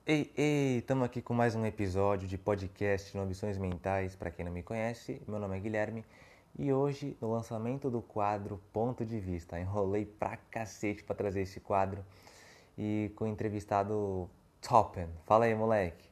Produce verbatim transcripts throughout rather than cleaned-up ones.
Ei, ei, estamos aqui com mais um episódio de podcast no Ambições Mentais. Para quem não me conhece, meu nome é Guilherme e hoje, no lançamento do quadro Ponto de Vista, enrolei pra cacete pra trazer esse quadro e com o entrevistado Toppen. Fala aí, moleque.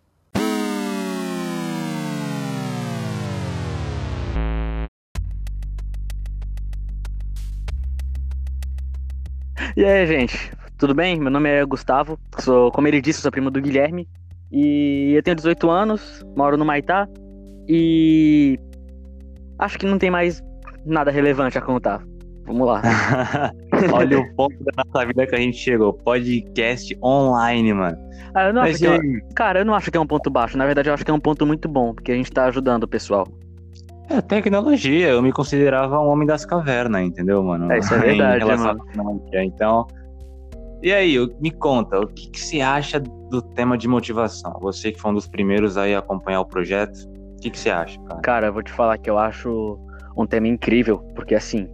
E aí, gente, tudo bem? Meu nome é Gustavo, sou, como ele disse, sou primo do Guilherme e eu tenho dezoito anos, moro no Maitá e acho que não tem mais nada relevante a contar. Vamos lá. Olha o ponto da nossa vida que a gente chegou, podcast online, mano. Ah, eu não acho Mas que e é, aí? cara, eu não acho que é um ponto baixo, na verdade eu acho que é um ponto muito bom, porque a gente tá ajudando o pessoal. É tecnologia, eu me considerava um homem das cavernas, entendeu, mano? É, isso é Em verdade, relação à mano. tecnologia. Então, e aí, eu- me conta, o que que você acha do tema de motivação? Você que foi um dos primeiros aí a acompanhar o projeto, o que que você acha, cara? Cara, eu vou te falar que eu acho um tema incrível, porque assim,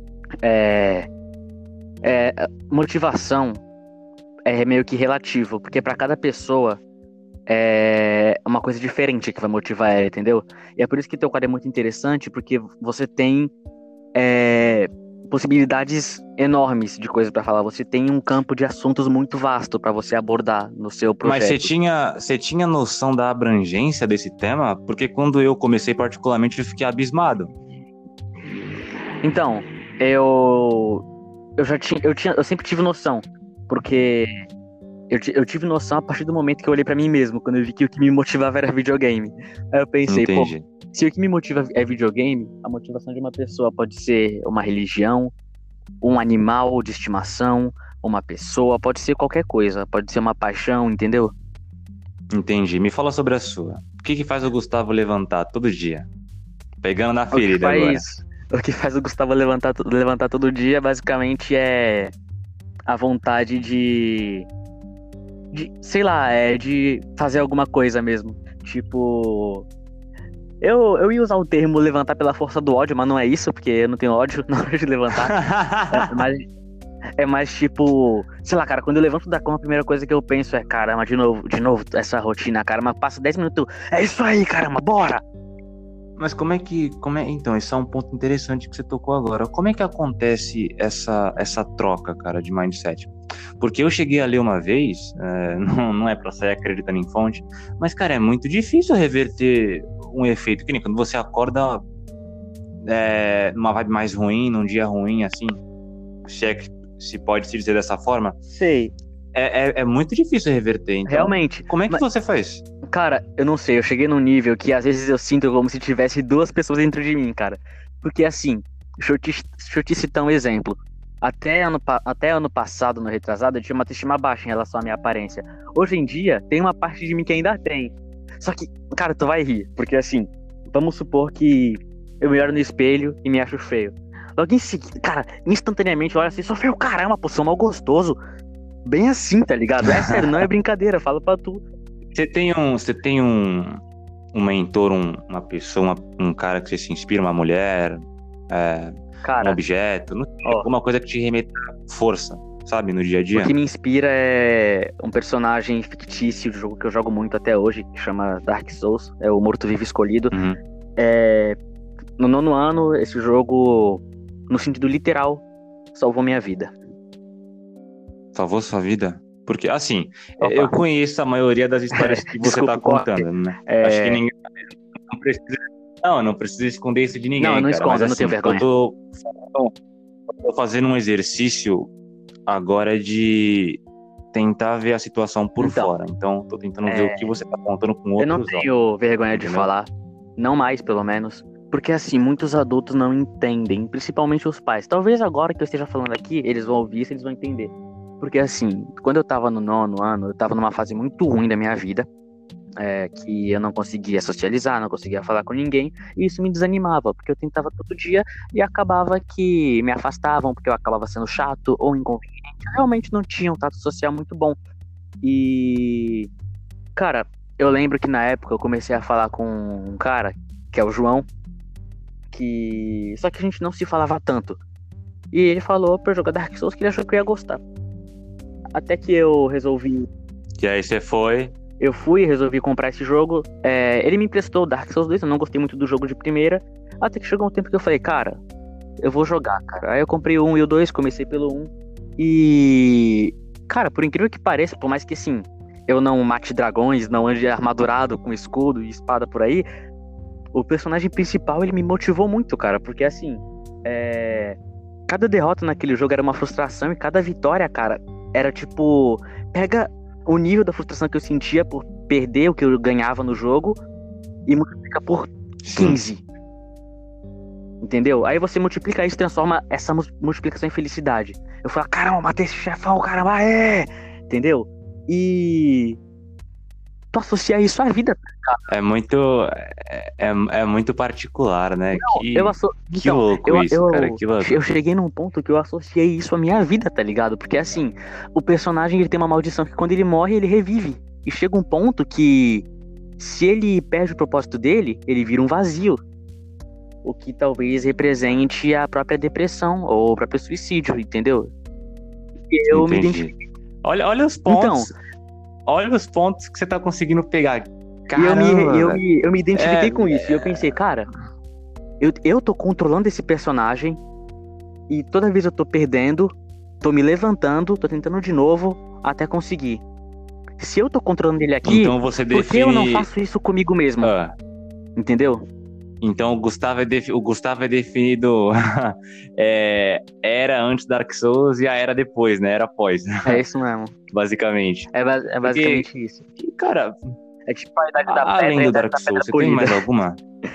é, é motivação é meio que relativo, porque pra cada pessoa é uma coisa diferente que vai motivar ela, entendeu? E é por isso que teu quadro é muito interessante, porque você tem é, possibilidades enormes de coisas pra falar. Você tem um campo de assuntos muito vasto pra você abordar no seu Mas você projeto. tinha, você tinha noção da abrangência desse tema? Porque quando eu comecei particularmente, eu fiquei abismado. Então, eu eu já tinha eu tinha eu sempre tive noção, porque eu, ti- eu tive noção a partir do momento que eu olhei pra mim mesmo, quando eu vi que o que me motivava era videogame. Aí eu pensei, pô, Entendi. se o que me motiva é videogame, a motivação de uma pessoa pode ser uma religião, um animal de estimação, uma pessoa, pode ser qualquer coisa, pode ser uma paixão, entendeu? Entendi. Me fala sobre a sua. O que que faz o Gustavo levantar todo dia? Pegando na O que ferida agora. faz, o que faz o Gustavo levantar, to- levantar todo dia, basicamente, é a vontade de, de, sei lá, é de fazer alguma coisa mesmo. Tipo, eu, eu ia usar o termo levantar pela força do ódio, mas não é isso, porque eu não tenho ódio na hora de levantar. É mais, é mais tipo, sei lá, cara, quando eu levanto da cama, a primeira coisa que eu penso é, caramba, de novo, de novo, essa rotina, cara, mas passa dez minutos, é isso aí, caramba, bora! Mas como é que, como é, então, isso é um ponto interessante que você tocou agora. Como é que acontece essa, essa troca, cara, de mindset? Porque eu cheguei a ler uma vez, é, não, não é pra sair acreditando em fonte, mas, cara, é muito difícil reverter um efeito, que nem quando você acorda é, numa vibe mais ruim, num dia ruim, assim, se é que se pode se dizer dessa forma, Sei, é, é, é muito difícil reverter. Então, realmente. como é que Mas, você faz? cara, eu não sei, eu cheguei num nível que às vezes eu sinto como se tivesse duas pessoas dentro de mim, cara. Porque assim, deixa eu te, deixa eu te citar um exemplo. Até ano, pa- até ano passado, no retrasado, eu tinha uma autoestima baixa em relação à minha aparência. Hoje em dia, tem uma parte de mim que ainda tem. Só que, cara, tu vai rir, porque assim, vamos supor que eu me olho no espelho e me acho feio. Logo em seguida, cara, instantaneamente eu olho assim, sou feio, caramba, pô, sou mal gostoso. Bem assim, tá ligado? É sério, não é brincadeira, falo pra tu. Você tem um, você tem um, um mentor, um- uma pessoa, uma- um cara que você se inspira, uma mulher, é, um Cara, objeto, não sei, ó, alguma coisa que te remeta força, sabe, no dia a o dia? que me inspira é um personagem fictício de jogo que eu jogo muito até hoje, que chama Dark Souls, é o Morto-Vivo Escolhido. Uhum. É, no nono ano, esse jogo, no sentido literal, salvou minha vida. Salvou sua vida? Porque, assim, Opa, eu conheço a maioria das histórias que você desculpa tá o corte. contando, né? Acho que É, ninguém não precisa, não, não precisa esconder isso de não, eu ninguém, não cara. Mas escondo, eu não tenho assim, eu vergonha. tô, eu tô fazendo um exercício agora de tentar ver a situação por Então, fora. Então, tô tentando ver o é, que você tá contando com eu não outros olhos, tenho vergonha de entendeu? falar, não mais, pelo menos, porque assim, muitos adultos não entendem, principalmente os pais. Talvez agora que eu esteja falando aqui, eles vão ouvir isso, eles vão entender. Porque assim, quando eu tava no nono ano, eu tava numa fase muito ruim da minha vida, é, que eu não conseguia socializar, não conseguia falar com ninguém, e isso me desanimava, porque eu tentava todo dia e acabava que me afastavam, porque eu acabava sendo chato ou inconveniente. Eu realmente não tinha um tato social muito bom. E, cara, eu lembro que na época eu comecei a falar com um cara, que é o João, que. Só que a gente não se falava tanto. E ele falou pra eu jogar Dark Souls que ele achou que eu ia gostar. Até que eu resolvi. E aí você foi, Eu fui e resolvi comprar esse jogo. É, ele me emprestou Dark Souls dois, eu não gostei muito do jogo de primeira. Até que chegou um tempo que eu falei, cara, eu vou jogar, cara. Aí eu comprei o um e o dois, comecei pelo um. E... cara, por incrível que pareça, por mais que assim, eu não mate dragões, não ande armadurado com escudo e espada por aí, o personagem principal, ele me motivou muito, cara. Porque assim, é... cada derrota naquele jogo era uma frustração e cada vitória, cara, era tipo... pega o nível da frustração que eu sentia por perder o que eu ganhava no jogo e multiplica por quinze. Sim. Entendeu? Aí você multiplica isso e transforma essa multiplicação em felicidade. Eu falo, caramba, matei esse chefão, caramba, é! Entendeu? E... tu associa isso à vida, cara. É muito... É, é, é muito particular, né? Não, que eu asso... que então, louco eu, isso, eu, cara. Que louco. Eu cheguei num ponto que eu associei isso à minha vida, tá ligado? Porque assim, o personagem, ele tem uma maldição que quando ele morre, ele revive. E chega um ponto que, se ele perde o propósito dele, ele vira um vazio. O que talvez represente a própria depressão ou o próprio suicídio, entendeu? Eu Entendi. me identifiquei. Olha, olha os pontos. Então, olha os pontos que você tá conseguindo pegar. Caramba, eu, me, eu, me, eu me identifiquei é, com isso. é... E eu pensei, cara, eu, eu tô controlando esse personagem e toda vez eu tô perdendo, tô me levantando, tô tentando de novo até conseguir. Se eu tô controlando ele aqui, então você define... por que eu não faço isso comigo mesmo? Ah. Entendeu? Então o Gustavo é, defi- o Gustavo é definido é, era antes Dark Souls e a era depois, né? Era após. É isso mesmo. Basicamente. É, ba- é basicamente Porque, isso. Cara, é tipo a idade da além pedra, do Dark Souls, você tem mais alguma?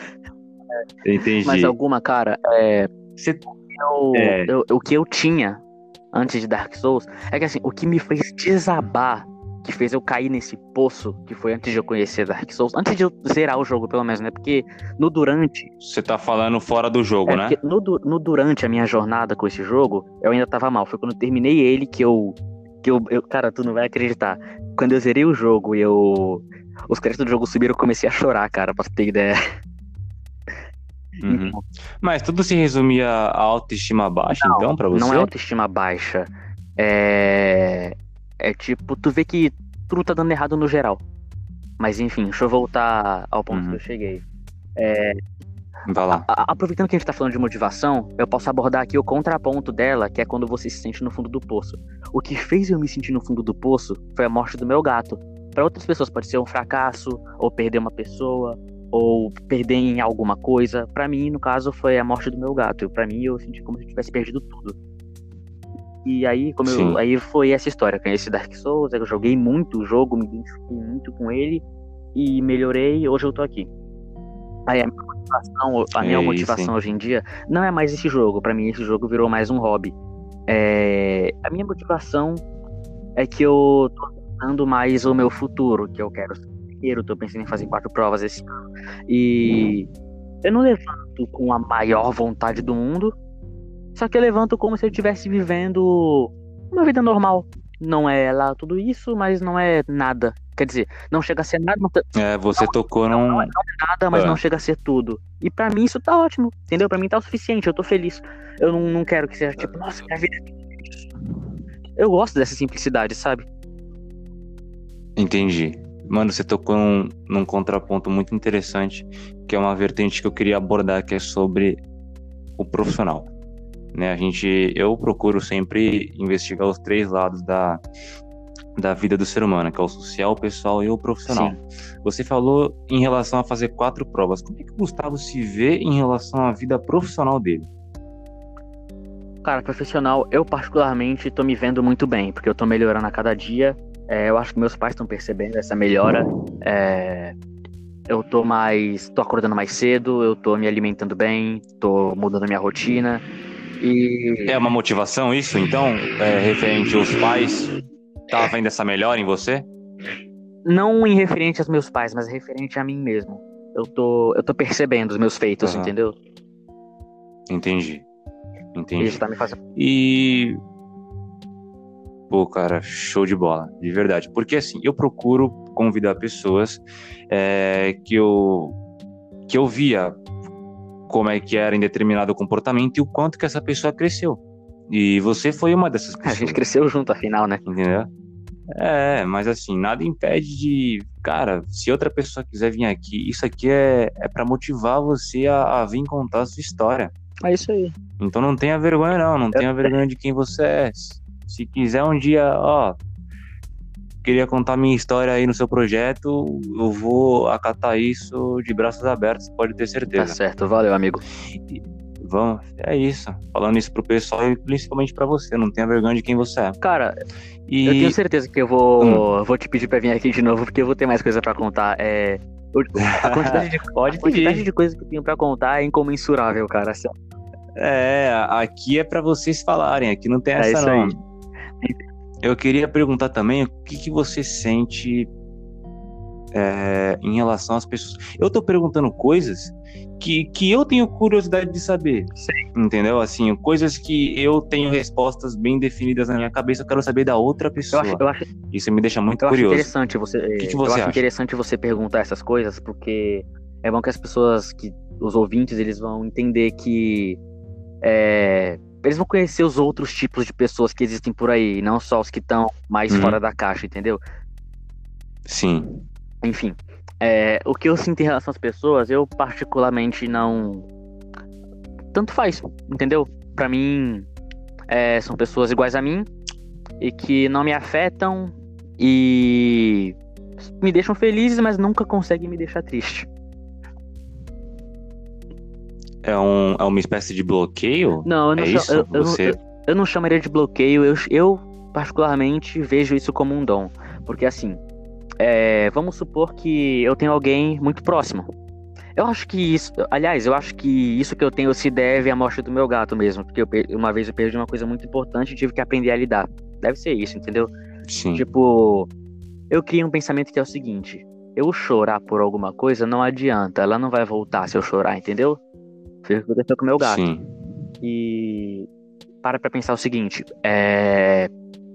É. Entendi. Mais alguma, cara? É... Você... Eu, é... eu, o que eu tinha antes de Dark Souls é que assim, o que me fez desabar, que fez eu cair nesse poço, que foi antes de eu conhecer Dark Souls, antes de eu zerar o jogo, pelo menos, né? Porque no durante... Você tá falando fora do jogo, é né? Porque no, no durante a minha jornada com esse jogo, eu ainda tava mal. Foi quando eu terminei ele que eu... Que eu, eu cara, tu não vai acreditar. Quando eu zerei o jogo e eu... os créditos do jogo subiram, eu comecei a chorar, cara, pra ter ideia. Uhum. Então, mas tudo se resumia a autoestima baixa, não, então, pra você? Não é autoestima baixa. É... É tipo, tu vê que tudo tá dando errado no geral. Mas enfim, deixa eu voltar ao ponto uhum. que eu cheguei. É... Vai lá. A, a, aproveitando que a gente tá falando de motivação, eu posso abordar aqui o contraponto dela, que é quando você se sente no fundo do poço. O que fez eu me sentir no fundo do poço foi a morte do meu gato. Para outras pessoas pode ser um fracasso, ou perder uma pessoa, ou perder em alguma coisa. Para mim, no caso, foi a morte do meu gato. Para mim, eu senti como se eu tivesse perdido tudo. E aí, como eu, aí foi essa história. Eu conheci Dark Souls, eu joguei muito o jogo, me identifiquei muito com ele e melhorei, e hoje eu tô aqui. Aí a minha motivação, a minha Ei, motivação sim. hoje em dia não é mais esse jogo. Pra mim, esse jogo virou mais um hobby. É... A minha motivação é que eu tô pensando mais o meu futuro, que eu quero ser arqueiro, tô pensando em fazer quatro provas esse ano. E eu não levanto com a maior vontade do mundo, só que eu levanto como se eu estivesse vivendo uma vida normal. Não é lá tudo isso, mas não é nada. Quer dizer, não chega a ser nada. Não, é, você não, tocou não, num... não é nada, mas é. não chega a ser tudo. E pra mim isso tá ótimo, entendeu? Pra mim tá o suficiente, eu tô feliz. Eu não, não quero que seja tipo, nossa, minha vida é isso. Eu gosto dessa simplicidade, sabe? Entendi. Mano, você tocou num, num contraponto muito interessante, que é uma vertente que eu queria abordar, que é sobre o profissional. Né, a gente, eu procuro sempre investigar os três lados da, da vida do ser humano, que é o social, o pessoal e o profissional. Sim. Você falou em relação a fazer quatro provas. Como é que o Gustavo se vê em relação à vida profissional dele? Cara, profissional, eu particularmente tô me vendo muito bem, porque eu tô melhorando a cada dia. É, eu acho que meus pais estão percebendo essa melhora. É, eu tô mais, tô acordando mais cedo, eu tô me alimentando bem, tô mudando minha rotina. E... É uma motivação isso, então? É, referente aos pais? Tá vendo essa melhora em você? Não em referente aos meus pais, mas referente a mim mesmo. Eu tô, eu tô percebendo os meus feitos, uhum. Entendeu? Entendi. Entendi. Isso tá me fazendo... E... Pô, cara, show de bola, de verdade. Porque assim, eu procuro convidar pessoas é, que eu que eu via como é que era em determinado comportamento e o quanto que essa pessoa cresceu. E você foi uma dessas pessoas. A gente cresceu junto, afinal, né? Entendeu? É, mas assim, nada impede de. Cara, se outra pessoa quiser vir aqui, isso aqui é, é para motivar você a, a vir contar a sua história. É isso aí. Então não tenha vergonha, não. Não Eu- tenha vergonha de quem você é. Se quiser um dia, ó, queria contar minha história aí no seu projeto, eu vou acatar isso de braços abertos, pode ter Tá certeza. certo, valeu, amigo. E vamos, é isso. Falando isso pro pessoal e principalmente pra você, não tenha vergonha de quem você é. Cara, E eu tenho certeza que eu vou, vou te pedir pra vir aqui de novo, porque eu vou ter mais coisa pra contar. É, o- a quantidade de, pode a quantidade pedir. de coisas que eu tenho pra contar é incomensurável, cara. É, aqui é pra vocês falarem, aqui não tem É essa isso não. aí. Eu queria perguntar também o que, que você sente é, em relação às pessoas. Eu tô perguntando coisas que, que eu tenho curiosidade de saber. Entendeu? Assim, coisas que eu tenho respostas bem definidas na minha cabeça, eu quero saber da outra Eu pessoa. acho, eu acho, Isso me deixa muito eu acho curioso. interessante você, O que, que eu você acho acha? interessante você perguntar essas coisas, porque é bom que as pessoas, que os ouvintes, eles vão entender que é, eles vão conhecer os outros tipos de pessoas que existem por aí, não só os que estão mais Uhum. fora da caixa, entendeu? Sim. Enfim, é, o que eu sinto em relação às pessoas, eu particularmente não. Tanto faz, entendeu? Pra mim, é, são pessoas iguais a mim e que não me afetam e me deixam felizes, mas nunca conseguem me deixar triste. É, um, é uma espécie de bloqueio? Não, eu não, É cha- isso? eu, eu não- Você... eu- eu não chamaria de bloqueio, eu, eu particularmente vejo isso como um dom. Porque assim, é, vamos supor que eu tenho alguém muito próximo. Eu acho que isso, aliás, eu acho que isso que eu tenho se deve à morte do meu gato mesmo, porque eu per- uma vez eu perdi uma coisa muito importante e tive que aprender a lidar. Deve ser isso, entendeu? Sim. Tipo, eu criei um pensamento que é o seguinte: eu chorar por alguma coisa não adianta, ela não vai voltar se eu chorar, entendeu? Foi o que aconteceu com o meu gato. Sim. E para pra pensar o seguinte, é...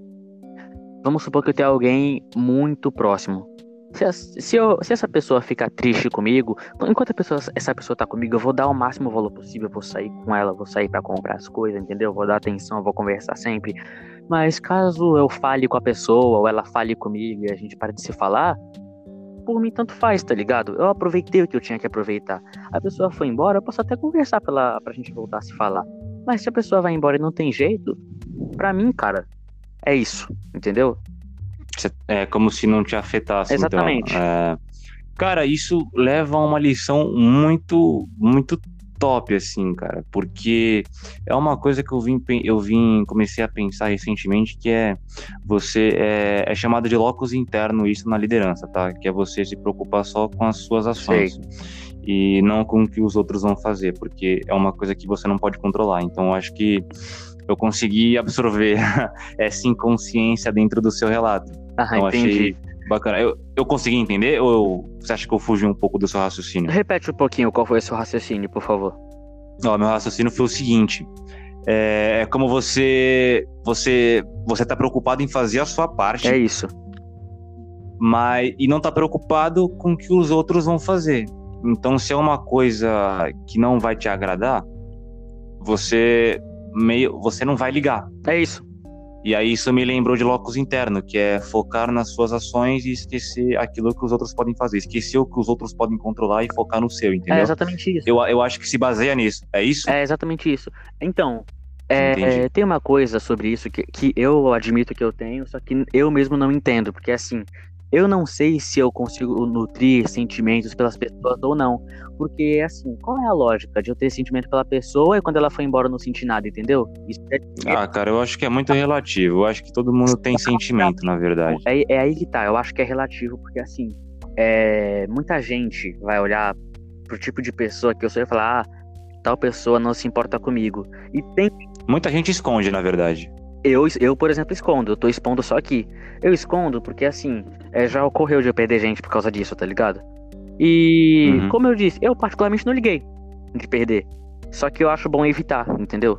vamos supor que eu tenho alguém muito próximo. Se, as- se, eu- se essa pessoa ficar triste comigo, enquanto a pessoa- essa pessoa tá comigo, eu vou dar o máximo valor possível, eu vou sair com ela, vou sair pra comprar as coisas, entendeu? Vou dar atenção, vou conversar sempre. Mas caso eu fale com a pessoa, ou ela fale comigo e a gente pare de se falar, por mim tanto faz, tá ligado? Eu aproveitei o que eu tinha que aproveitar. A pessoa foi embora, eu posso até conversar pra, pra gente voltar a se falar. Mas se a pessoa vai embora e não tem jeito, pra mim, cara, é isso, entendeu? Cê- É como se não te afetasse. Exatamente. Então, é, cara, isso leva a uma lição muito, muito top, assim, cara, porque é uma coisa que eu vim, pen- eu vim, comecei a pensar recentemente, que é você é, é chamado de locus interno isso na liderança, tá? Que é você se preocupar só com as suas ações e não com o que os outros vão fazer, porque é uma coisa que você não pode controlar. Então, eu acho que eu consegui absorver essa inconsciência dentro do seu relato. Ah, Então, entendi. achei bacana. Eu, eu consegui entender ou eu- você acha que eu fugi um pouco do seu raciocínio? Repete um pouquinho qual foi o seu raciocínio, por favor. Ó, meu raciocínio foi o seguinte: é, é como você, você, você tá preocupado em fazer a sua parte, É isso. mas e não tá preocupado com o que os outros vão fazer. Então, se é uma coisa que não vai te agradar, você meio, você não vai ligar. É isso. E aí isso me lembrou de locus interno, que é focar nas suas ações e esquecer aquilo que os outros podem fazer. Esquecer o que os outros podem controlar e focar no seu, entendeu? É exatamente isso. Eu, eu acho que se baseia nisso. É isso? É exatamente isso. Então, é, Entendi. é, tem uma coisa sobre isso que, que eu admito que eu tenho, só que eu mesmo não entendo, porque assim, eu não sei se eu consigo nutrir sentimentos pelas pessoas ou não. Porque, assim, qual é a lógica de eu ter sentimento pela pessoa e quando ela foi embora eu não senti nada, entendeu? Isso é, Ah, cara, eu acho que é muito relativo. Eu acho que todo mundo tem sentimento, na verdade. é, é aí que tá, eu acho que é relativo, porque assim, é, muita gente vai olhar pro tipo de pessoa que eu sou e falar, ah, tal pessoa não se importa comigo. E tem Muita gente esconde, na verdade. Eu, eu, por exemplo, escondo. Eu tô expondo só aqui. Eu escondo porque, assim, é, já ocorreu de eu perder gente por causa disso, tá ligado? E, Uhum. como eu disse, eu particularmente não liguei de perder. Só que eu acho bom evitar, entendeu?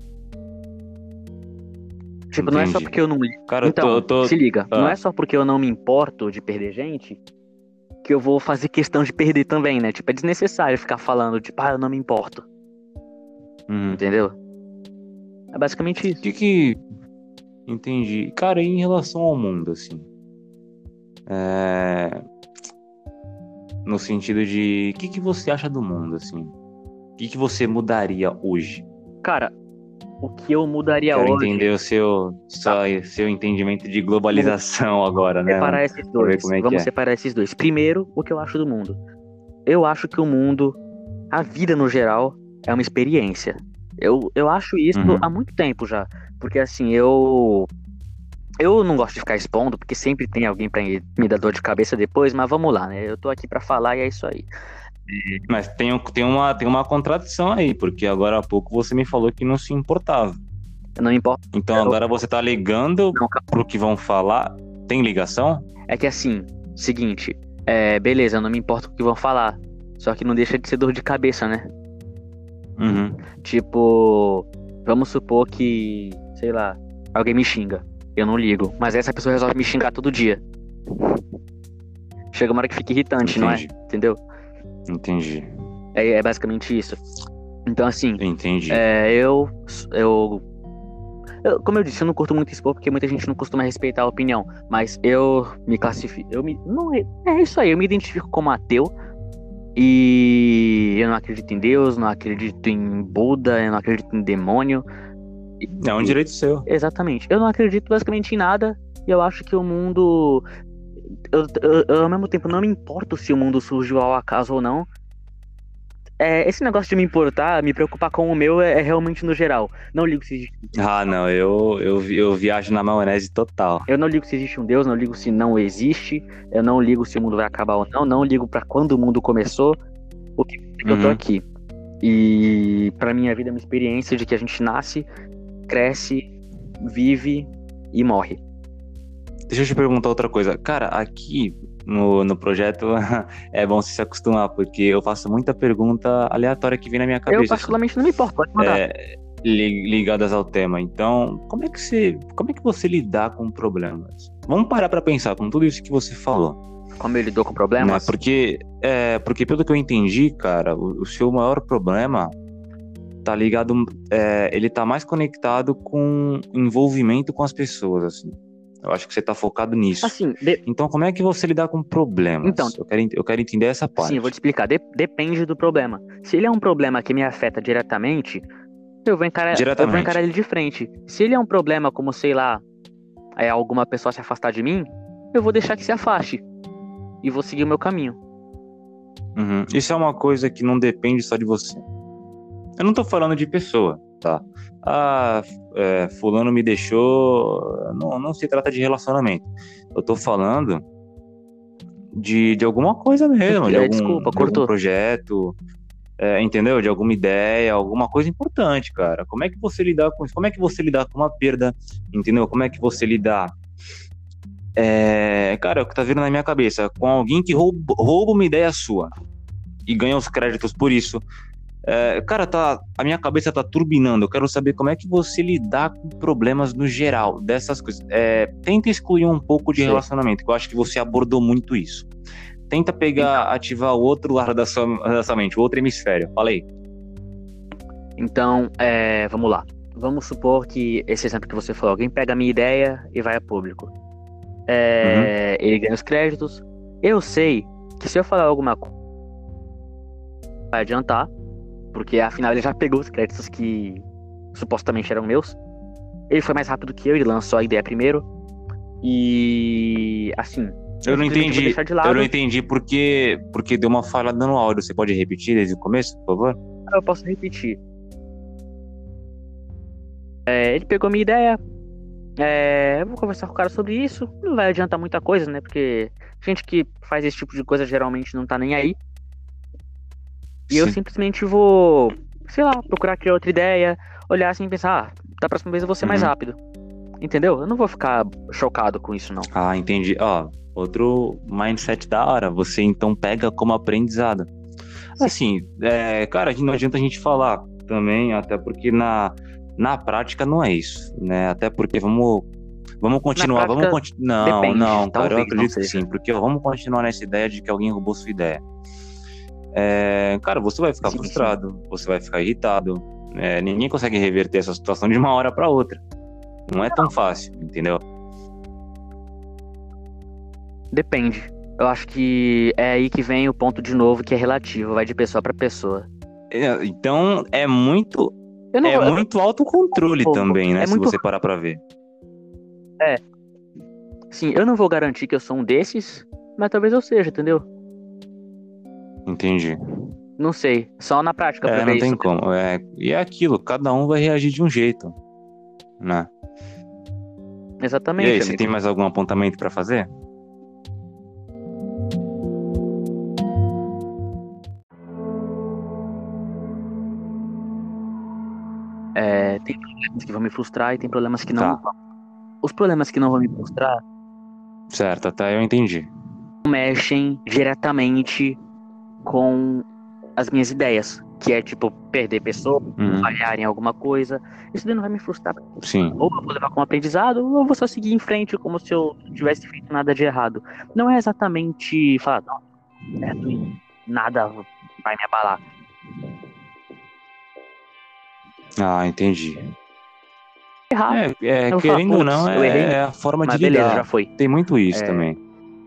Tipo, não é só Entendi. porque eu não ligo. Cara, eu Então, tô, eu tô- se liga. Ah. Não é só porque eu não me importo de perder gente que eu vou fazer questão de perder também, né? Tipo, é desnecessário ficar falando, tipo, ah, eu não me importo. Uhum. Entendeu? É basicamente isso. O que que... Entendi. Cara, e em relação ao mundo, assim? É... No sentido de... O que, que você acha do mundo, assim? O que, que você mudaria hoje? Cara, o que eu mudaria Quero hoje... entender o seu, só, seu entendimento de globalização agora, né? Separar Vamos, esses vamos ver dois. como é que Vamos é. separar esses dois. Primeiro, o que eu acho do mundo. Eu acho que o mundo, a vida no geral, é uma experiência. Eu, eu acho isso Uhum. há muito tempo já. Porque assim, eu... Eu não gosto de ficar expondo, porque sempre tem alguém pra me dar dor de cabeça depois, mas vamos lá, né? Eu tô aqui pra falar e é isso aí. Mas tem, um- tem, uma, tem uma contradição aí, porque agora há pouco você me falou que não se importava. Eu não me importo. Então Eu- agora você tá ligando Não, calma. pro que vão falar? Tem ligação? É que assim, seguinte, é, beleza, eu não me importo com o que vão falar. Só que não deixa de ser dor de cabeça, né? Uhum. Tipo, vamos supor que, sei lá, alguém me xinga. Eu não ligo. Mas essa pessoa resolve me xingar todo dia. Chega uma hora que fica irritante, não é? Entendi. Entendeu? Entendi. É, é basicamente isso. Então, assim, Entendi. é, eu, eu, eu. Como eu disse, eu não curto muito expor porque muita gente não costuma respeitar a opinião. Mas eu me classifico. Eu me, não, é, é isso aí, eu me identifico como ateu. E eu não acredito em Deus, não acredito em Buda, eu não acredito em demônio. É um direito seu. Exatamente. Eu não acredito basicamente em nada. E eu acho que o mundo. Eu, eu- eu, ao mesmo tempo, não me importo se o mundo surgiu ao acaso ou não. É, esse negócio de me importar, me preocupar com o meu, é, é realmente no geral. Não ligo se existe, Ah, não, eu, eu, vi- eu viajo na maionese total. eu não ligo se existe um Deus, não ligo se não existe. Eu não ligo se o mundo vai acabar ou não. Não ligo pra quando o mundo começou. O que é que eu tô Uhum. aqui. E pra mim a vida é uma experiência de que a gente nasce, cresce, vive e morre. Deixa eu te perguntar outra coisa. Cara, aqui no, no projeto é bom você se acostumar, porque eu faço muita pergunta aleatória que vem na minha Eu cabeça, assim, particularmente não me importo, pode mandar. é, li- ligadas ao tema. Então, como é que você, como é que você lidar com problemas? Vamos parar pra pensar com tudo isso que você falou, Como eu lido com né? problemas. Porque, é, porque pelo que eu entendi, cara, o, o seu maior problema tá ligado, é, ele tá mais conectado com envolvimento com as pessoas, assim. Eu acho que você tá focado nisso. Assim, de- Então, como é que você lidar com problemas? Então, eu, quero, ent- eu quero entender essa parte. sim, eu vou te explicar. De- depende do problema. Se ele é um problema que me afeta diretamente, eu vou encarar, eu vou Diretamente. encarar ele de frente. Se ele é um problema como, sei lá, é alguma pessoa se afastar de mim, eu vou deixar que se afaste. E vou seguir o meu caminho. Uhum. Isso é uma coisa que não depende só de você. Eu não tô falando de pessoa, tá? Ah, é, fulano me deixou. Não, não se trata de relacionamento. Eu tô falando de, de alguma coisa mesmo, de É, algum, desculpa, de algum cortou. projeto, é, entendeu? De alguma ideia, alguma coisa importante, cara. Como é que você lidar com isso? Como é que você lidar com uma perda, entendeu? Como é que você lidar, é, cara, é o que tá vindo na minha cabeça, com alguém que rouba, rouba uma ideia sua e ganha os créditos por isso. É, cara, tá, a minha cabeça tá turbinando. Eu quero saber como é que você lidar com problemas no geral, dessas coisas. É, tenta excluir um pouco de Sei. relacionamento, que eu acho que você abordou muito isso. Tenta pegar, ativar o outro lado da sua, da sua mente, o outro hemisfério. Fala aí. Então, é, vamos lá. Vamos supor que esse exemplo que você falou, alguém pega a minha ideia e vai a público. É, Ele ganha os créditos. Eu sei que se eu falar alguma coisa, vai adiantar, porque afinal ele já pegou os créditos que supostamente eram meus. Ele foi mais rápido que eu, ele lançou a ideia primeiro. E assim, Eu não simplesmente vou entendi. deixar de lado. Eu não entendi porque, porque deu uma falhada no áudio. Você pode repetir desde o começo, por favor? Eu posso repetir. É, ele pegou minha ideia. É, eu vou conversar com o cara sobre isso. Não vai adiantar muita coisa, né? Porque gente que faz esse tipo de coisa geralmente não tá nem aí. E eu Sim. simplesmente vou, sei lá, procurar criar outra ideia, olhar assim e pensar, ah, da próxima vez eu vou ser mais Uhum. rápido. Entendeu? Eu não vou ficar chocado com isso, não. Ah, entendi. Ó, outro mindset da hora. Você então pega como aprendizado. Assim, é, cara, não adianta a gente falar também, até porque na, na prática não é isso, né? Até porque vamos, vamos continuar, prática, vamos continuar. Não, depende, não, cara, eu talvez acredito não que seja. sim, porque ó, vamos continuar nessa ideia de que alguém roubou sua ideia. É, cara, você vai ficar Sim, frustrado, você vai ficar irritado. É, ninguém consegue reverter essa situação de uma hora para outra. Não é tão fácil, entendeu? Depende. Eu acho que é aí que vem o ponto de novo, que é relativo, vai de pessoa pra pessoa. É, então é muito, Eu não é vou. eu- muito autocontrole Pô, também, né? é Se muito. você parar pra ver. Sim, eu não vou garantir que eu sou um desses, mas talvez eu seja, entendeu? Entendi. Não sei. Só na prática pra É, ver não isso tem mesmo. como. É, e é aquilo, cada um vai reagir de um jeito, né? E aí, Exatamente, você tem amigo. mais algum apontamento pra fazer? É, tem problemas que vão me frustrar e tem problemas que não Tá, vão. Os problemas que não vão me frustrar certo, até eu entendi. mexem diretamente com as minhas ideias, que é tipo perder pessoas, Uhum, falhar em alguma coisa. Isso daí não vai me frustrar. sim. Ou eu vou levar como aprendizado, ou eu vou só seguir em frente como se eu não tivesse feito nada de errado. Não é exatamente falar, não, certo e nada vai me abalar. Ah, entendi. Errar, É, é, eu vou falar, querendo ou putz, não, eu errei é, mesmo, é a forma de mas beleza, já lidar. foi. Tem muito isso É, também.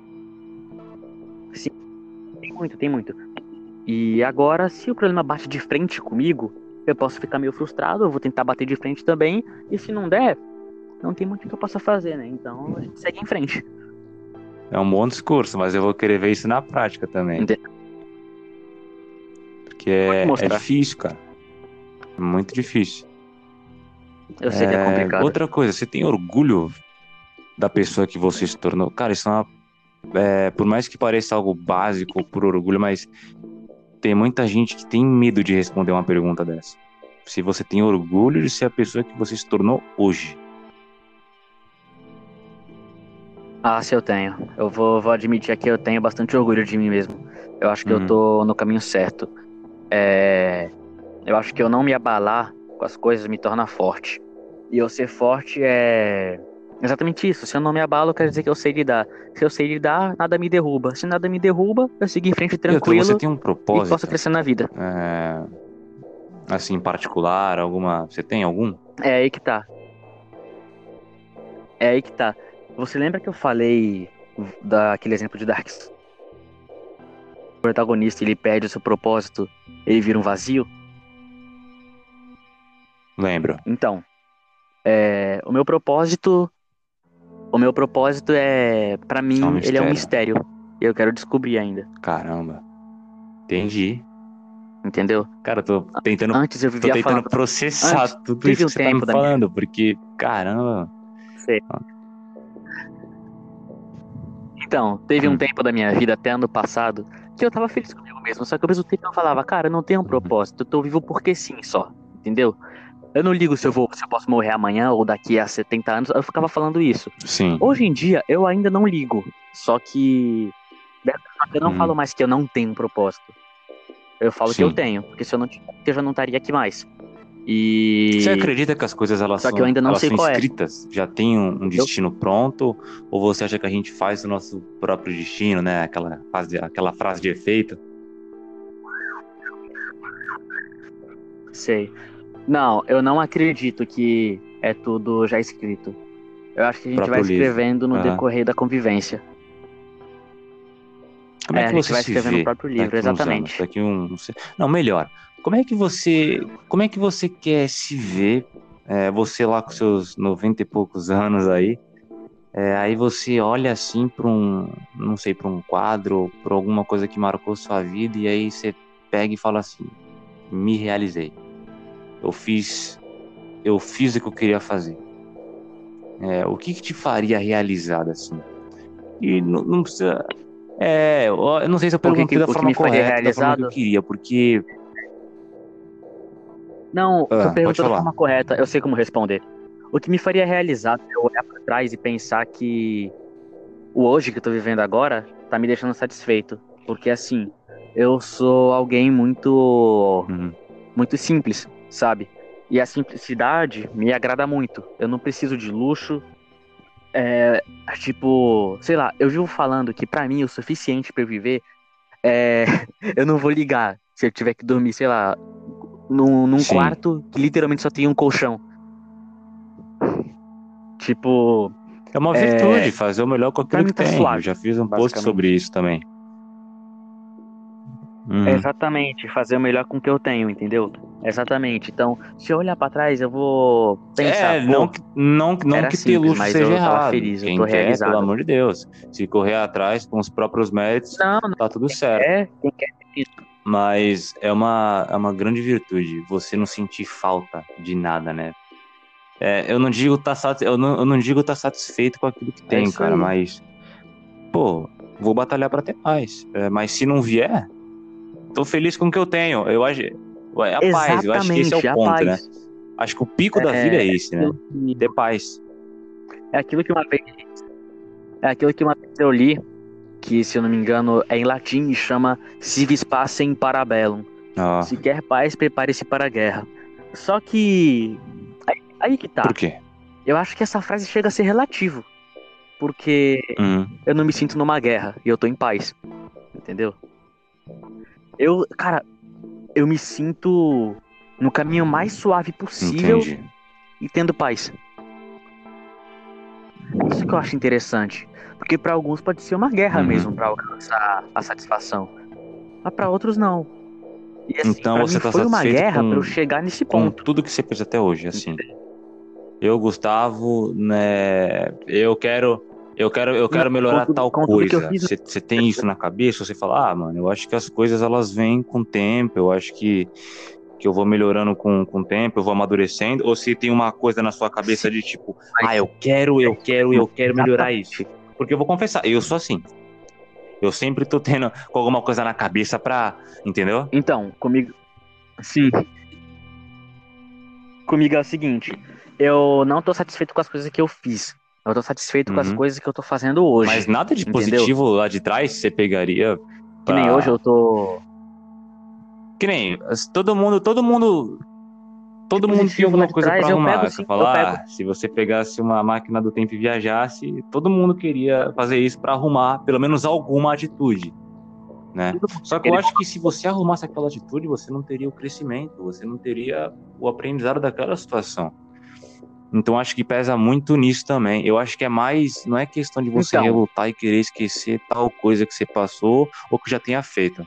sim, tem muito, tem muito. E agora, se o problema bate de frente comigo, eu posso ficar meio frustrado, eu vou tentar bater de frente também, e se não der, não tem muito que eu possa fazer, né? Então a gente segue em frente. É um bom discurso, mas eu vou querer ver isso na prática também. Entendeu? Porque Vou te é, é mostrar. difícil, cara. É muito difícil. Eu sei que é É, complicado. outra coisa, você tem orgulho da pessoa que você se tornou? Cara, isso é uma. É, por mais que pareça algo básico por orgulho, mas tem muita gente que tem medo de responder uma pergunta dessa. Se você tem orgulho de ser a pessoa que você se tornou hoje. Ah, se eu tenho. Eu vou, vou admitir aqui, eu tenho bastante orgulho de mim mesmo. Eu acho que eu Uhum. tô no caminho certo. É, eu acho que eu não me abalar com as coisas me torna forte. E eu ser forte é exatamente isso. Se eu não me abalo, quer dizer que eu sei lidar. Se eu sei lidar, nada me derruba. Se nada me derruba, eu sigo em frente E outra, você tranquilo tem um e posso propósito, crescer na vida. é, assim, particular, alguma. Você tem algum? É aí que tá. É aí que tá. Você lembra que eu falei daquele exemplo de Dark Souls? O protagonista, ele perde o seu propósito, ele vira um vazio? Lembro. Então, é, o meu propósito, o meu propósito é, pra Isso é um mim, ele é um mistério. mistério. E eu quero descobrir ainda, Caramba. Entendi. entendeu? Cara, eu tô tentando, Antes eu tô vivia tentando falando, processar antes tudo teve isso um que você tá me tempo da minha vida, falando, porque, caramba. sei. Então, teve um Hum, tempo da minha vida até ano passado que eu tava feliz comigo mesmo, só que ao mesmo tempo eu falava, cara, eu não tenho um uhum. propósito, eu tô vivo porque sim, só, entendeu? Eu não ligo se eu vou, se eu posso morrer amanhã ou daqui a setenta anos, eu ficava falando isso. Sim. Hoje em dia eu ainda não ligo, só que só que eu não falo Uhum. mais que eu não tenho um propósito. Eu falo que eu Sim. tenho, porque se eu não tivesse, eu já não estaria aqui mais. Você E acredita que as coisas elas só que eu são, ainda não elas sei são qual é. escritas? Já tem um, um Eu destino pronto? Ou você acha que a gente faz o nosso próprio destino, né? Aquela frase, aquela frase de efeito? sei. Não, eu não acredito que é tudo já escrito. Eu acho que a O gente vai próprio livro. escrevendo no Aham. decorrer da convivência. Como é É, que a gente você vai se escrevendo o vê próprio livro, daqui uns anos? exatamente. Daqui um. Não sei- não, melhor. Como é que você. Como é que você quer se ver? É, você lá com seus noventa e poucos anos aí. É, aí você olha assim para um, não sei, para um quadro, para alguma coisa que marcou sua vida, e aí você pega e fala assim: me realizei. Eu fiz, eu fiz o que eu queria fazer. É, o que que te faria realizado assim? E não, não precisa. É, eu eu não sei se eu O que, que- perguntei da o que forma me faria correta, da forma que eu realizado? queria, porque. Não, você Ah, pode perguntou da falar. forma correta, eu sei como responder. O que me faria realizado é eu olhar pra trás e pensar que o hoje que eu tô vivendo agora tá me deixando satisfeito. Porque assim, eu sou alguém muito, Uhum. muito simples, sabe? E a simplicidade me agrada muito. Eu não preciso de luxo. É, tipo, sei lá, eu vivo falando que pra mim o suficiente pra eu viver é. Eu não vou ligar se eu tiver que dormir, sei lá, num, num Sim, quarto que literalmente só tem um colchão. Tipo, É uma É, virtude, fazer o melhor com pra aquilo mim que tá tem. suave, Eu já fiz um post basicamente. sobre isso também. É Uhum. exatamente, fazer o melhor com o que eu tenho, entendeu? Exatamente. Então, se eu olhar pra trás, eu vou pensar, É, não, pô, que- não, não era que ter simples, luxo mas seja eu tava errado. feliz, eu tô Quem quer, pelo realizado. amor de Deus, se correr atrás com os próprios méritos, Não, não tá tudo certo. é, quem quer ter isso. Mas é uma, é uma grande virtude você não sentir falta de nada, né? É, eu não digo tá sati- eu não, eu não digo tá satisfeito com aquilo que É tenho, isso cara, aí. mas pô, vou batalhar pra ter mais. É, mas se não vier, tô feliz com o que eu tenho. Eu acho, é a paz. Eu acho que esse é o Exatamente, a ponto, né? paz. Acho que o pico da vida É é esse, né? aquilo que, Ter paz. é aquilo que uma vez, é aquilo que uma vez eu li, que se eu não me engano é em latim e chama Si vis pacem para bellum. Ah, Se quer paz, prepare-se para a guerra. Só que aí, aí que tá. por quê? Eu acho que essa frase chega a ser relativo, porque Uhum. eu não me sinto numa guerra e eu tô em paz, entendeu? Eu, cara, eu me sinto no caminho mais suave possível Entendi. e tendo paz. Isso que eu acho interessante, porque pra alguns pode ser uma guerra Uhum. mesmo pra alcançar a satisfação, mas pra outros não. E assim, Então pra você mim tá foi uma satisfeito guerra pra eu com, chegar nesse com ponto. tudo que você fez até hoje, assim. Eu, Gustavo, né, eu quero, eu quero, eu quero Não, com melhorar tudo, tal com tudo que eu coisa. fiz, Você, você tem isso na cabeça? Você fala, ah, mano, eu acho que as coisas elas vêm com o tempo. Eu acho que que eu vou melhorando com, com o tempo, eu vou amadurecendo. Ou se tem uma coisa na sua cabeça de tipo, ah, eu quero, eu quero, eu quero melhorar isso. Porque eu vou confessar, eu sou assim. Eu sempre tô tendo com alguma coisa na cabeça pra, entendeu? então, comigo, sim, comigo é o seguinte, eu não tô satisfeito com as coisas que eu fiz. Eu tô satisfeito com as Uhum. coisas que eu tô fazendo Mas hoje, nada de entendeu? positivo lá de trás você pegaria Que nem hoje pra... eu tô Que nem, todo mundo, todo mundo, de todo mundo tem positivo lá alguma de coisa pra trás, eu pego arrumar. Você sim, eu fala, pego. ah, se você pegasse uma máquina do tempo e viajasse, todo mundo queria fazer isso pra arrumar pelo menos alguma atitude, né? Todo mundo Só que eu querer- acho que se você arrumasse aquela atitude, você não teria o crescimento, você não teria o aprendizado daquela situação. Então acho que pesa muito nisso também. Eu acho que é mais, não é questão de você Então, relutar e querer esquecer tal coisa que você passou ou que já tenha feito.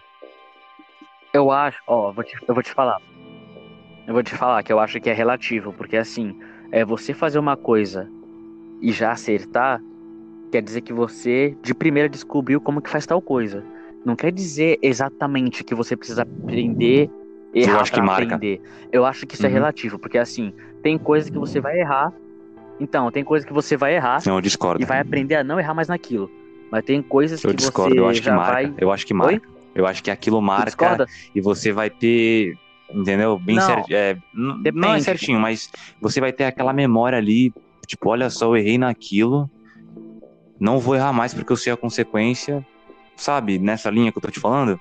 eu acho, ó, eu vou te, eu vou te falar. Eu vou te falar que eu acho que é relativo, porque assim, é você fazer uma coisa e já acertar, quer dizer que você de primeira descobriu como que faz tal coisa. Não quer dizer exatamente que você precisa aprender, Eu errar acho que pra marca. aprender. Eu acho que isso é Uhum. relativo, porque assim, tem coisa que você vai errar. Então, tem coisa que você vai errar Não, eu e discordo. vai aprender a não errar mais naquilo. Mas tem coisas Eu que discordo, eu você acho que já marca. vai. Eu acho que Oi? marca. Eu acho que aquilo Tu marca discorda? e você vai ter, entendeu? Bem Não, certinho. É, n- não é depende. certinho, mas você vai ter aquela memória ali, tipo, olha só, eu errei naquilo, não vou errar mais porque eu sei a consequência, sabe? Nessa linha que eu tô te falando.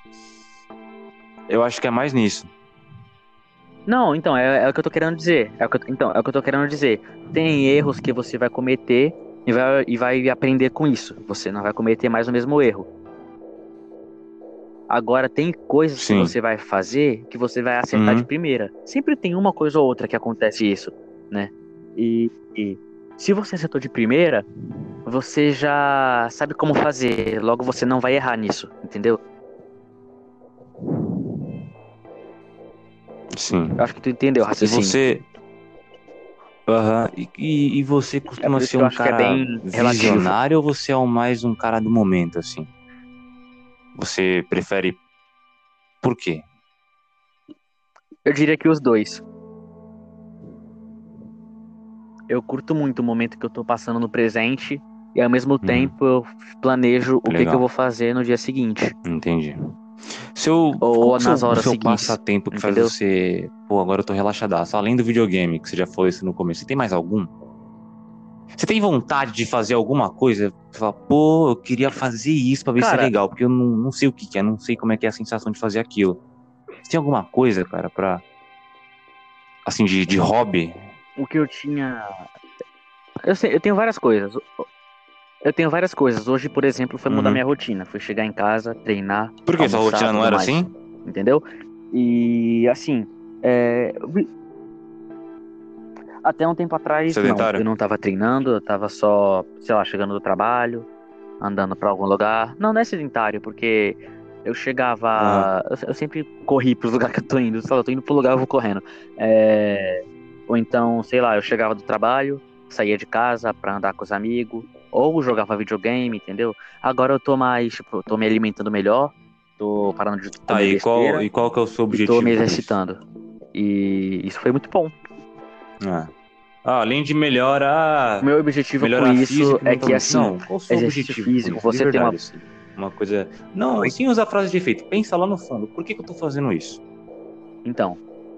Eu acho que é mais nisso. Não, então, é, é o que eu tô querendo dizer. É o que eu- então, é o que eu tô querendo dizer. Tem erros que você vai cometer e vai, e vai aprender com isso. Você não vai cometer mais o mesmo erro. Agora, tem coisas que Sim. você vai fazer que você vai acertar de Uhum. primeira. Sempre tem uma coisa ou outra que acontece isso, né? E, e se você acertou de primeira, você já sabe como fazer. Logo, você não vai errar nisso, entendeu? Sim. Eu acho que tu entendeu o E raciocínio. você. Aham. E, e, e você É costuma por isso ser que eu um acho que é cara bem relativo. visionário ou você é o mais um cara do momento, assim? Você prefere. Por quê? Eu diria que os dois. Eu curto muito o momento que eu tô passando no presente e ao mesmo Uhum. tempo eu planejo o que, que eu Legal. vou fazer no dia seguinte. Entendi. Seu, Ou qual que é o nas seu, o horas seu seguintes. passatempo que faz Entendeu? você. Pô, agora eu tô relaxadaço. Além do videogame, que você já falou isso no começo, você tem mais algum? Você tem vontade de fazer alguma coisa? Você fala, pô, eu queria fazer isso pra ver se é Cara, legal, porque eu não, não sei o que que é, não sei como é que é a sensação de fazer aquilo. Você tem alguma coisa, cara, pra. Assim, de, de hobby? o que eu tinha. Eu, sei, eu tenho várias coisas. Eu tenho várias coisas. Hoje, por exemplo, foi mudar Uhum. minha rotina. Foi chegar em casa, treinar, Por que sua almoçar, rotina não tudo era mais. assim? Entendeu? E assim, é, Até um tempo atrás, não. Sedentário? Eu não tava treinando, eu tava só, sei lá, chegando do trabalho, andando pra algum lugar. Não, não é sedentário, porque eu Aham. chegava. Eu, eu sempre corri pros lugares que eu tô indo. Sei lá, eu tô indo pro lugar, eu vou correndo. É, ou então, sei lá, eu chegava do trabalho, saía de casa pra andar com os amigos, ou jogava videogame, entendeu? Agora eu tô mais, tipo, eu tô me alimentando melhor, tô parando de Tá, comer e qual, besteira e qual que é o seu e tô me objetivo com isso? exercitando. E isso foi muito bom. Ah. Ah, além de melhorar, Meu objetivo com melhorar isso físico e é que, mentalmente. assim, Não, qual o seu exercício objetivo com físico, isso? De você tem uma. verdade, assim. Uma coisa. Não, Oi? sem usar frase de efeito. Pensa lá no fundo. Por que que eu tô fazendo isso? Então,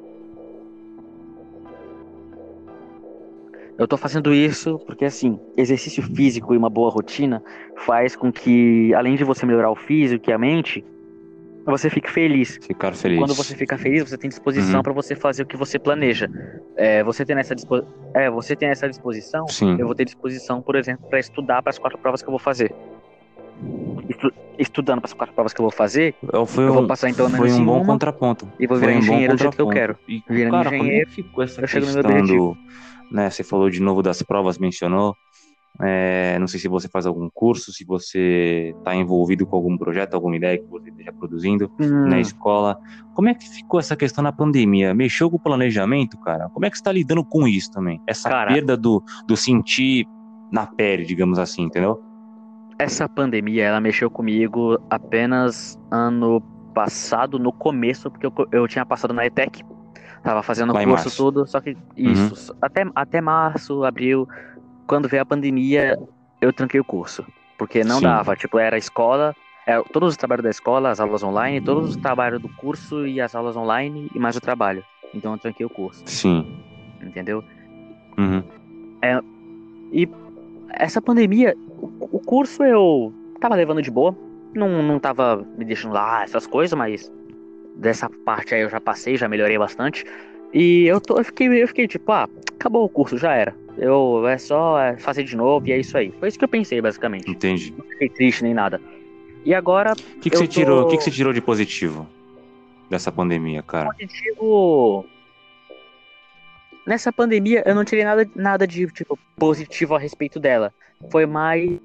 eu tô fazendo isso porque, assim, exercício físico e uma boa rotina faz com que, além de você melhorar o físico e a mente, você fique feliz. Ficar E quando você feliz. fica feliz, você tem disposição Uhum. para você fazer o que você planeja. É, você tem essa dispo... é, você tem essa disposição, eu Sim. vou ter disposição, por exemplo, para estudar para as quatro provas que eu vou fazer. Estu- Estudando para as quatro provas que eu vou fazer, É, Foi eu vou um, passar então foi menos um em bom uma contraponto. e vou virar Foi um bom engenheiro do jeito que eu contraponto. quero. E, Virando cara, como é engenheiro, que ficou essa eu chego no meu objetivo. questão do, né, você falou de novo das provas, mencionou. É, não sei se você faz algum curso, se você está envolvido com algum projeto, alguma ideia que você esteja produzindo na Hum, escola. Como é que ficou essa questão na pandemia? Mexeu com o planejamento, cara? Como é que você está lidando com isso também? Essa cara, perda do, do sentir na pele, digamos assim, entendeu? essa pandemia, ela mexeu comigo apenas ano passado, no começo, porque eu, eu tinha passado na ETEC, tava fazendo o Lá em curso março. tudo, só que Uhum. isso, até, até março, abril, quando veio a pandemia, eu tranquei o curso, porque não Sim, dava, tipo, era a escola, é, todos os trabalhos da escola, as aulas online, todos os trabalhos do curso e as aulas online e mais o trabalho. Então eu tranquei o curso, sim. entendeu? Uhum. É, e essa pandemia, o, o curso eu tava levando de boa, não, não tava me deixando lá essas coisas, mas dessa parte aí eu já passei, já melhorei bastante. E eu, tô, eu, fiquei, eu fiquei tipo, ah, acabou o curso, já era. Eu, é só é, fazer de novo e é isso aí. Foi isso que eu pensei, basicamente. Entendi. Não fiquei triste nem nada. E agora O que que eu você tirou, o que que tô você tirou de positivo dessa pandemia, cara? positivo. Nessa pandemia eu não tirei nada, nada de tipo positivo a respeito dela. Foi mais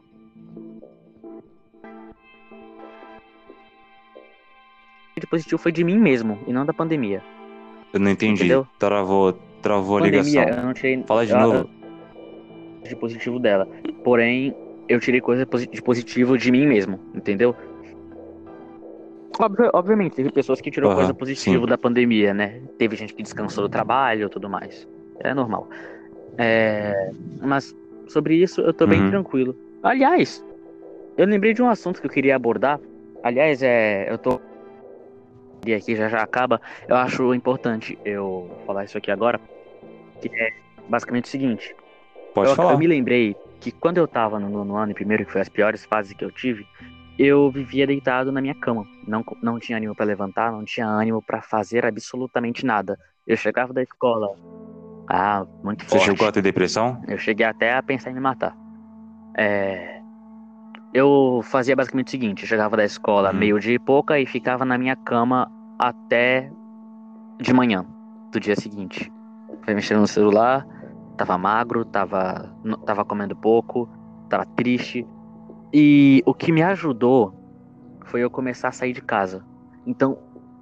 de positivo foi de mim mesmo e não da pandemia, Eu não entendi. entendeu? Travou, travou a Pandemia ligação. eu não tirei Fala de eu- eu- novo. de positivo dela. Porém, eu tirei coisa posi- de positivo de mim mesmo, entendeu? Obvi- obviamente, teve pessoas que tirou coisa Aham, positiva sim. da pandemia, né? Teve gente que descansou do trabalho e tudo mais. É normal. É, mas sobre isso eu tô bem Uhum. tranquilo. Aliás, eu lembrei de um assunto que eu queria abordar. Aliás, é, eu tô e aqui já já acaba. Eu acho importante eu falar isso aqui agora, que é basicamente o seguinte. Pode Eu, eu falar. me lembrei que quando eu tava no nono ano, e primeiro que foi as piores fases que eu tive, eu vivia deitado na minha cama. Não, não tinha ânimo pra levantar, não tinha ânimo pra fazer absolutamente nada. Eu chegava da escola, ah, muito Você chegou a forte. ter depressão? Eu cheguei até a pensar em me matar. É, eu fazia basicamente o seguinte: eu chegava da escola Uhum. meio-dia e pouca e ficava na minha cama até de manhã do dia seguinte. Foi mexendo no celular, tava magro, tava, n- tava comendo pouco, tava triste. E o que me ajudou foi eu começar a sair de casa. Então,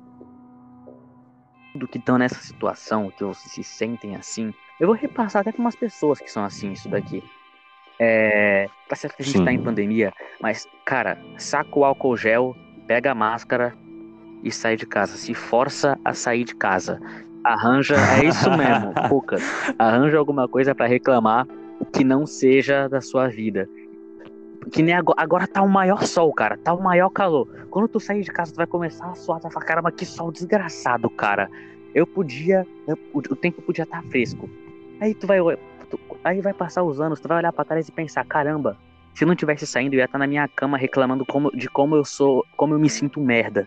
do que estão nessa situação, que se sentem assim, eu vou repassar até para umas pessoas que são assim, isso daqui. É, tá certo que a gente tá em Sim. pandemia, mas, cara, saca o álcool gel, pega a máscara e sai de casa. Se força a sair de casa. Arranja, é isso mesmo, Focas. Arranja alguma coisa pra reclamar que não seja da sua vida. Que nem agora, agora tá o maior sol, cara. Tá o maior calor. Quando tu sair de casa, tu vai começar a suar. Tu vai falar, caramba, que sol desgraçado, cara. Eu podia. eu- o, o tempo podia estar fresco. Aí tu vai. tu- aí vai passar os anos, tu vai olhar pra trás e pensar, caramba, se eu não tivesse saindo, eu ia estar na minha cama reclamando como, de como eu sou. Como eu me sinto um merda.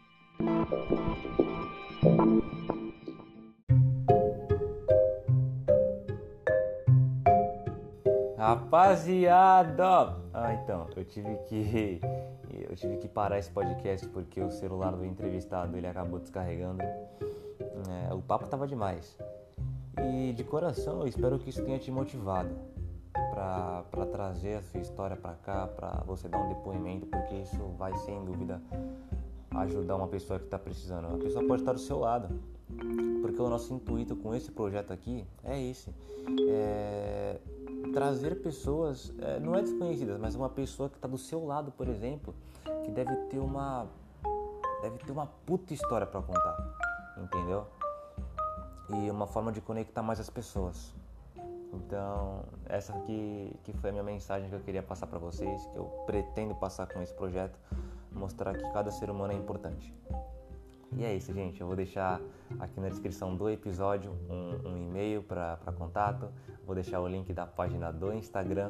Rapaziada! Ah, então, eu tive que eu tive que parar esse podcast porque o celular do entrevistado ele acabou descarregando. É, o papo tava demais. E de coração eu espero que isso tenha te motivado para trazer a sua história para cá, para você dar um depoimento, porque isso vai sem dúvida ajudar uma pessoa que está precisando. A pessoa pode estar do seu lado, porque o nosso intuito com esse projeto aqui é esse, é trazer pessoas, é, não é desconhecidas, mas uma pessoa que está do seu lado, por exemplo, que deve ter uma deve ter uma puta história para contar, entendeu? E uma forma de conectar mais as pessoas. Então, essa aqui que foi a minha mensagem que eu queria passar para vocês, que eu pretendo passar com esse projeto, mostrar que cada ser humano é importante. E é isso, gente. Eu vou deixar aqui na descrição do episódio um, um e-mail para contato, vou deixar o link da página do Instagram.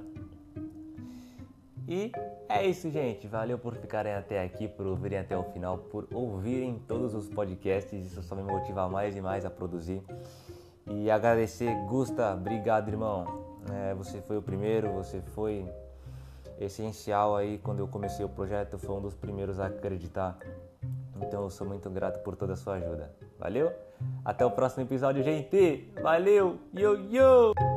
E é isso, gente. Valeu por ficarem até aqui, por ouvirem até o final, por ouvirem todos os podcasts. Isso só me motiva mais e mais a produzir. E agradecer, Gusta, obrigado, irmão. É, você foi o primeiro, você foi essencial aí quando eu comecei o projeto, foi um dos primeiros a acreditar. Então eu sou muito grato por toda a sua ajuda. Valeu? Até o próximo episódio, gente. Valeu! Yo, yo!